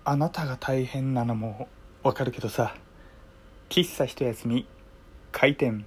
あなたが大変なのもわかるけどさ、喫茶一休み開店。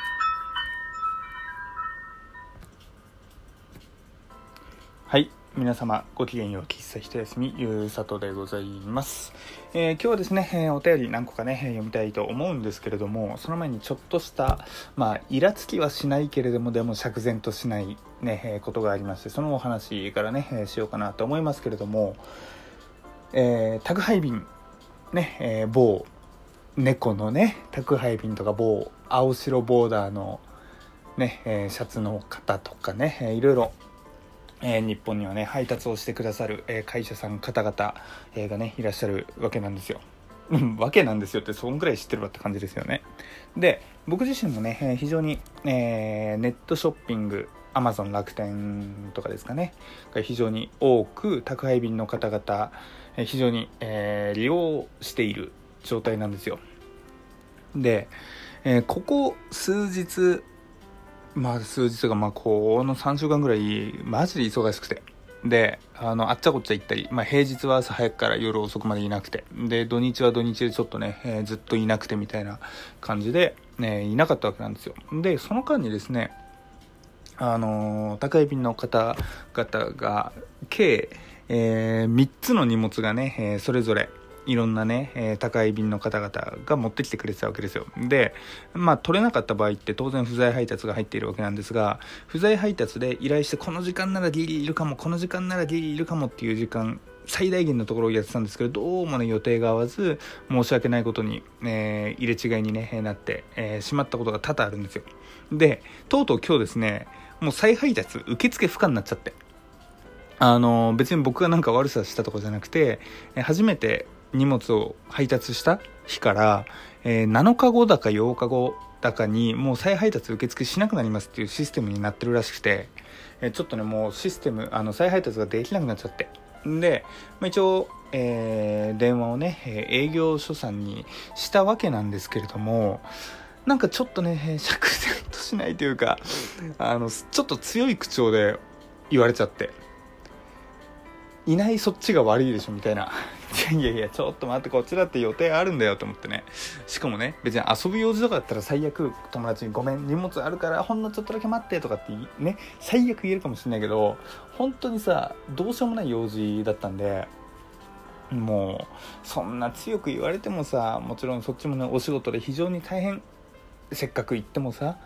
はい、皆様ごきげんよう。喫茶一休みゆうさとでございます。今日はですね、お便り何個かね読みたいと思うんですけれども、その前にちょっとしたイラつきはしないけれどもでも釈然としないね、ことがありまして、そのお話からね、しようかなと思いますけれども、宅配便ね、某猫のね宅配便とか某青白ボーダーのね、シャツの方とかね、いろいろ日本にはね配達をしてくださる、会社さん方々、がねいらっしゃるわけなんですよ。わけなんですよってそんぐらい知ってるわって感じですよね。で、僕自身もね、非常に、ネットショッピング、アマゾン、楽天とかですかねが非常に多く宅配便の方々、非常に、利用している状態なんですよ。で、ここ数日がこの3週間ぐらいマジで忙しくて、であっちゃこっちゃ行ったり、平日は朝早くから夜遅くまでいなくて、で土日は土日でちょっとね、ずっといなくてみたいな感じで、いなかったわけなんですよ。でその間にですね、宅配便の方々が計、3つの荷物がね、それぞれいろんなね、宅配便の方々が持ってきてくれてたわけですよ。で、取れなかった場合って当然不在配達が入っているわけなんですが、不在配達で依頼してこの時間ならギリいるかも、この時間ならギリいるかもっていう時間最大限のところをやってたんですけど、どうもね予定が合わず申し訳ないことに、入れ違いにねなって、しまったことが多々あるんですよ。でとうとう今日ですね、もう再配達受付不可になっちゃって、別に僕がなんか悪さしたとかじゃなくて、初めて荷物を配達した日から、7日後だか8日後だかにもう再配達受付しなくなりますっていうシステムになってるらしくて、ちょっとねもうシステム再配達ができなくなっちゃって、で、一応、電話をね営業所さんにしたわけなんですけれども、なんかちょっとね釈然としないというか、ちょっと強い口調で言われちゃって、いないそっちが悪いでしょみたいな。いやちょっと待って、こっちだって予定あるんだよと思ってね。しかもね別に遊ぶ用事とかだったら最悪友達にごめん荷物あるからほんのちょっとだけ待ってとかってね最悪言えるかもしれないけど、本当にさどうしようもない用事だったんで、もうそんな強く言われてもさ、もちろんそっちもねお仕事で非常に大変、せっかく行ってもさ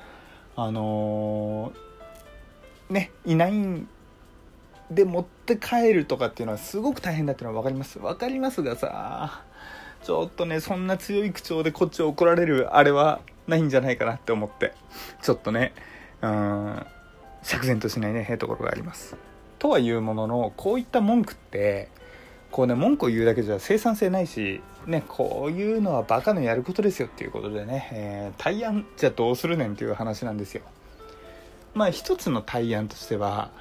いないんで持って帰るとかっていうのはすごく大変だっていうのは分かりますがさ、ちょっとねそんな強い口調でこっちを怒られるあれはないんじゃないかなって思って、ちょっとね釈然としないねところがあります。とはいうものの、こういった文句ってこうね文句を言うだけじゃ生産性ないしね、こういうのはバカのやることですよっていうことでね、対案じゃどうするねんっていう話なんですよ。一つの対案としては、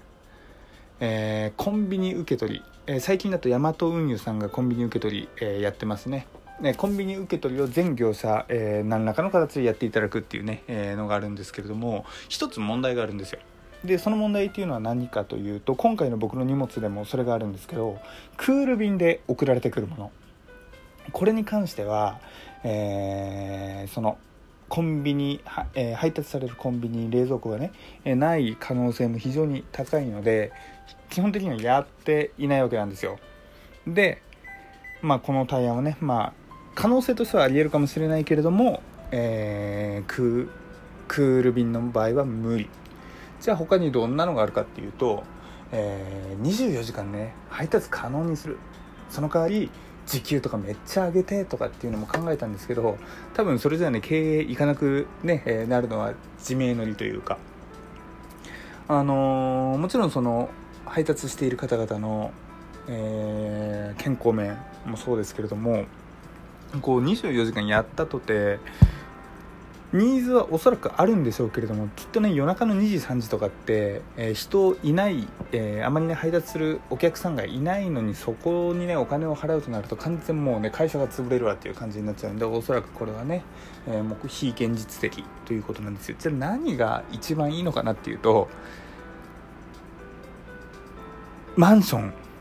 コンビニ受け取り、最近だとヤマト運輸さんがコンビニ受け取り、やってますね。コンビニ受け取りを全業者、何らかの形でやっていただくっていうね、のがあるんですけれども、一つ問題があるんですよ。でその問題っていうのは何かというと、今回の僕の荷物でもそれがあるんですけど、クール便で送られてくるもの、これに関しては、そのコンビニ、配達されるコンビニに冷蔵庫がね、ない可能性も非常に高いので、基本的にはやっていないわけなんですよ。で、この対案はね、可能性としてはあり得るかもしれないけれども、クール便の場合は無理。じゃあ他にどんなのがあるかっていうと、24時間ね配達可能にする、その代わり時給とかめっちゃ上げてとかっていうのも考えたんですけど、多分それじゃね経営いかなくね、なるのは自明の理というか、もちろんその配達している方々の、健康面もそうですけれども、こう24時間やったとてニーズはおそらくあるんでしょうけれども、きっとね夜中の2時3時とかって、人いない、あまりね配達するお客さんがいないのに、そこにねお金を払うとなると完全もうね会社が潰れるわっていう感じになっちゃうんで、おそらくこれはね、もう非現実的ということなんですよ。じゃあ何が一番いいのかなっていうと、マンション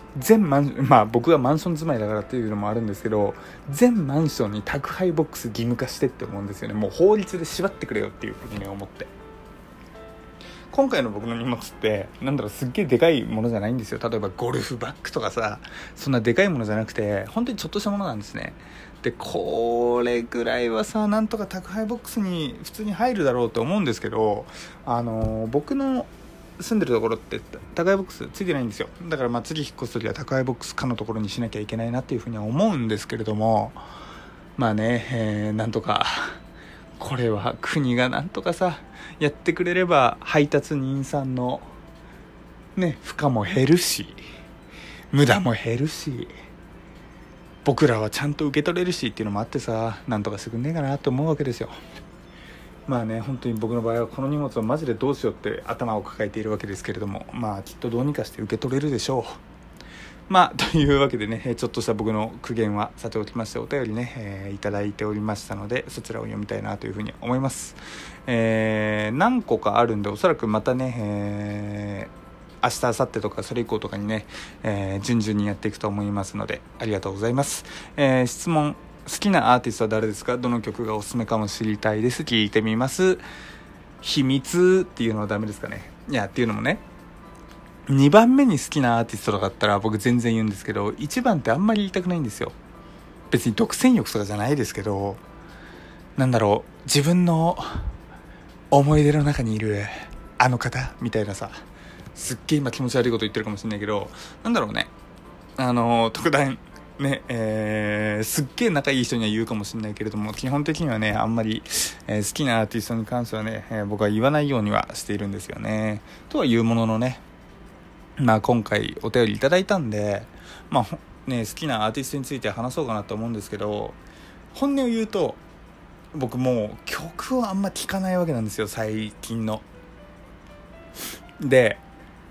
僕はマンション住まいだからっていうのもあるんですけど、全マンションに宅配ボックス義務化してって思うんですよね。もう法律で縛ってくれよっていうふうに思って。今回の僕の荷物ってすっげえでかいものじゃないんですよ。例えばゴルフバッグとかさ、そんなでかいものじゃなくて本当にちょっとしたものなんですね。でこれぐらいはさ、なんとか宅配ボックスに普通に入るだろうと思うんですけど、僕の住んでるところって宅配ボックスついてないんですよ。だから次引っ越す時は宅配ボックスかのところにしなきゃいけないなっていうふうには思うんですけれども、なんとかこれは国がなんとかさやってくれれば、配達人さんのね負荷も減るし、無駄も減るし、僕らはちゃんと受け取れるしっていうのもあってさ、なんとかしてくんねえかなと思うわけですよ。本当に僕の場合はこの荷物をマジでどうしようって頭を抱えているわけですけれども、きっとどうにかして受け取れるでしょう。というわけでね、ちょっとした僕の苦言はさておきまして、お便りね、いただいておりましたので、そちらを読みたいなというふうに思います。何個かあるんで、おそらくまたね、明日明後日とかそれ以降とかにね、順々にやっていくと思いますので、ありがとうございます。質問、好きなアーティストは誰ですか？どの曲がおすすめかも知りたいです。聞いてみます。秘密っていうのはダメですかね。いや、っていうのもね、2番目に好きなアーティストとかだったら僕全然言うんですけど、1番ってあんまり言いたくないんですよ。別に独占欲とかじゃないですけど、自分の思い出の中にいるあの方みたいなさ、すっげえ今気持ち悪いこと言ってるかもしれないけど、特段ね、すっげえ仲いい人には言うかもしれないけれども、基本的にはねあんまり、好きなアーティストに関してはね、僕は言わないようにはしているんですよね。とはいうもののね、今回お便りいただいたんで、好きなアーティストについて話そうかなと思うんですけど、本音を言うと僕もう曲をあんま聴かないわけなんですよ、最近の。で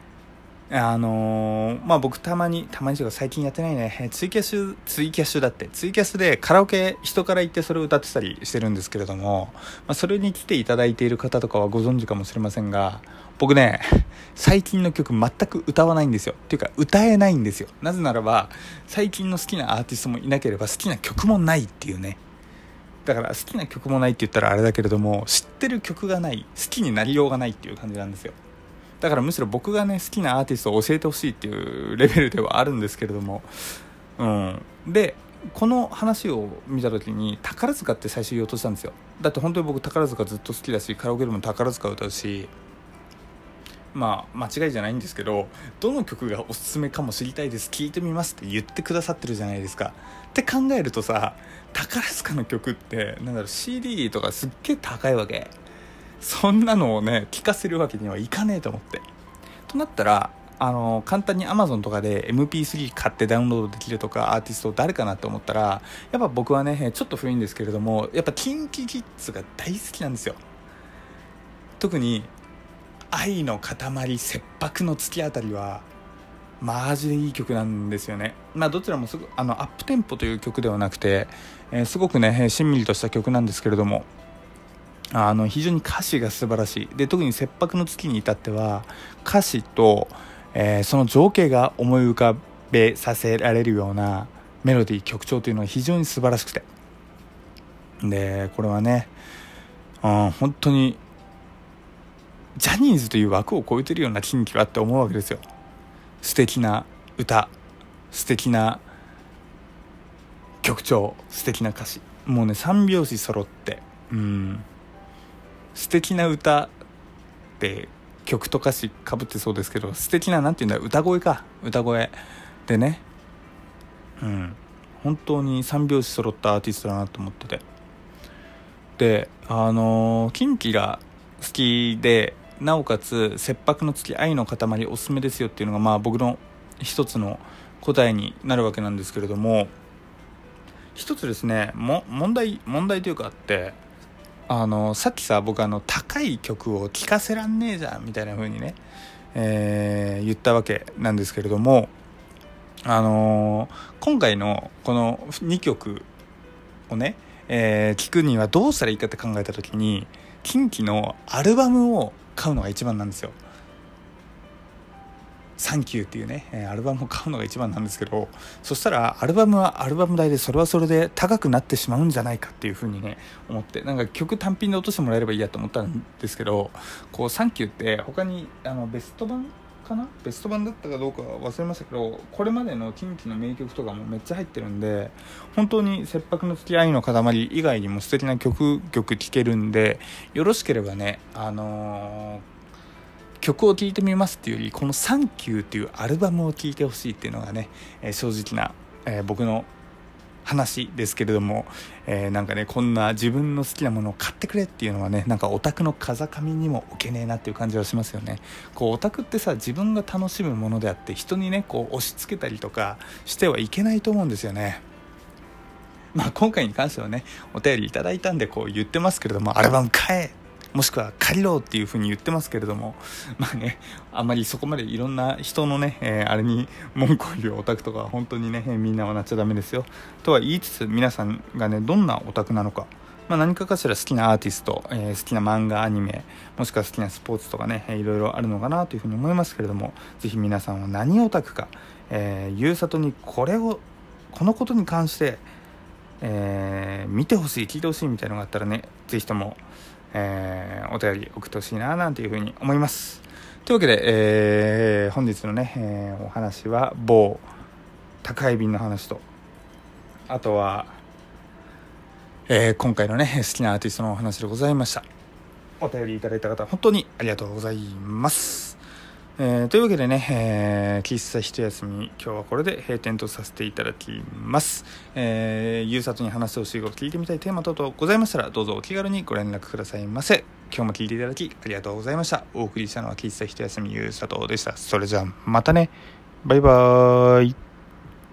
僕たまにというか最近やってないね、ツイキャスでカラオケ人から言ってそれを歌ってたりしてるんですけれども、それに来ていただいている方とかはご存知かもしれませんが、僕ね最近の曲全く歌わないんですよ。っていうか歌えないんですよ。なぜならば最近の好きなアーティストもいなければ好きな曲もないっていうね。だから好きな曲もないって言ったらあれだけれども、知ってる曲がない、好きになりようがないっていう感じなんですよ。だからむしろ僕がね好きなアーティストを教えてほしいっていうレベルではあるんですけれども、でこの話を見た時に宝塚って最初言おうとしたんですよ。だって本当に僕宝塚ずっと好きだし、カラオケでも宝塚歌うし、間違いじゃないんですけど、どの曲がおすすめかも知りたいです、聞いてみますって言ってくださってるじゃないですか。って考えるとさ、宝塚の曲ってCD とかすっげえ高いわけ。そんなのをね聞かせるわけにはいかねえと思って、となったら簡単に Amazon とかで MP3 買ってダウンロードできるとかアーティスト誰かなって思ったら、やっぱ僕はねちょっと古いんですけれども、やっぱ KinKiKids が大好きなんですよ。特に愛の塊切迫の月あたりはマジでいい曲なんですよね。どちらもすぐアップテンポという曲ではなくて、すごくねしんみりとした曲なんですけれども、非常に歌詞が素晴らしい。で特に切迫の月に至っては歌詞と、その情景が思い浮かべさせられるようなメロディー曲調というのは非常に素晴らしくて、でこれはね、本当にジャニーズという枠を超えてるようなキンキはって思うわけですよ。素敵な歌、素敵な曲調、素敵な歌詞、もうね三拍子揃って、素敵な歌って曲と歌詞かぶってそうですけど、素敵な歌声でね、本当に三拍子揃ったアーティストだなと思ってて、でキンキが好きで、なおかつ切迫の月、愛の塊おすすめですよっていうのが僕の一つの答えになるわけなんですけれども、一つですね問題というかあって、さっきさ僕高い曲を聴かせらんねえじゃんみたいな風にね、言ったわけなんですけれども、今回のこの2曲をね、聴くにはどうしたらいいかって考えた時に、キンキのアルバムを買うのが一番なんですよ。 サンキューっていうね、アルバムを買うのが一番なんですけど、そしたらアルバムはアルバム代でそれはそれで高くなってしまうんじゃないかっていう風にね思って、なんか曲単品で落としてもらえればいいやと思ったんですけど、こうサンキューって他にベスト版だったかどうか忘れましたけど、これまでのキンキの名曲とかもめっちゃ入ってるんで、本当に切迫の付き合いの塊以外にも素敵な曲聴けるんで、よろしければね曲を聴いてみますっていうより、このサンキューっていうアルバムを聴いてほしいっていうのがね、正直な、僕の話ですけれども、なんかねこんな自分の好きなものを買ってくれっていうのはね、なんかオタクの風上にも置けねえなっていう感じはしますよね。こうオタクってさ、自分が楽しむものであって人にねこう押し付けたりとかしてはいけないと思うんですよね。今回に関してはねお便りいただいたんでこう言ってますけれども、アルバム買えもしくは借りろっていう風に言ってますけれども、あんまりそこまでいろんな人のね、あれに文句を言うオタクとか本当にねみんなはなっちゃダメですよとは言いつつ、皆さんがねどんなオタクなのか、何かしら好きなアーティスト、好きな漫画アニメ、もしくは好きなスポーツとかね、いろいろあるのかなという風に思いますけれども、ぜひ皆さんは何オタクか、ゆうさとにこのことに関して、見てほしい聞いてほしいみたいなのがあったらね、ぜひともお便り送ってほしいななんていうふうに思います。というわけで、本日のね、お話は某宅配便の話と、あとは、今回のね好きなアーティストのお話でございました。お便りいただいた方本当にありがとうございます。というわけでね、喫茶一休み、今日はこれで閉店とさせていただきます。ゆうさとに話してほしいこと、聞いてみたいテーマ等々ございましたら、どうぞお気軽にご連絡くださいませ。今日も聞いていただきありがとうございました。お送りしたのは喫茶一休みゆうさとでした。それじゃあまたね、バイバーイ。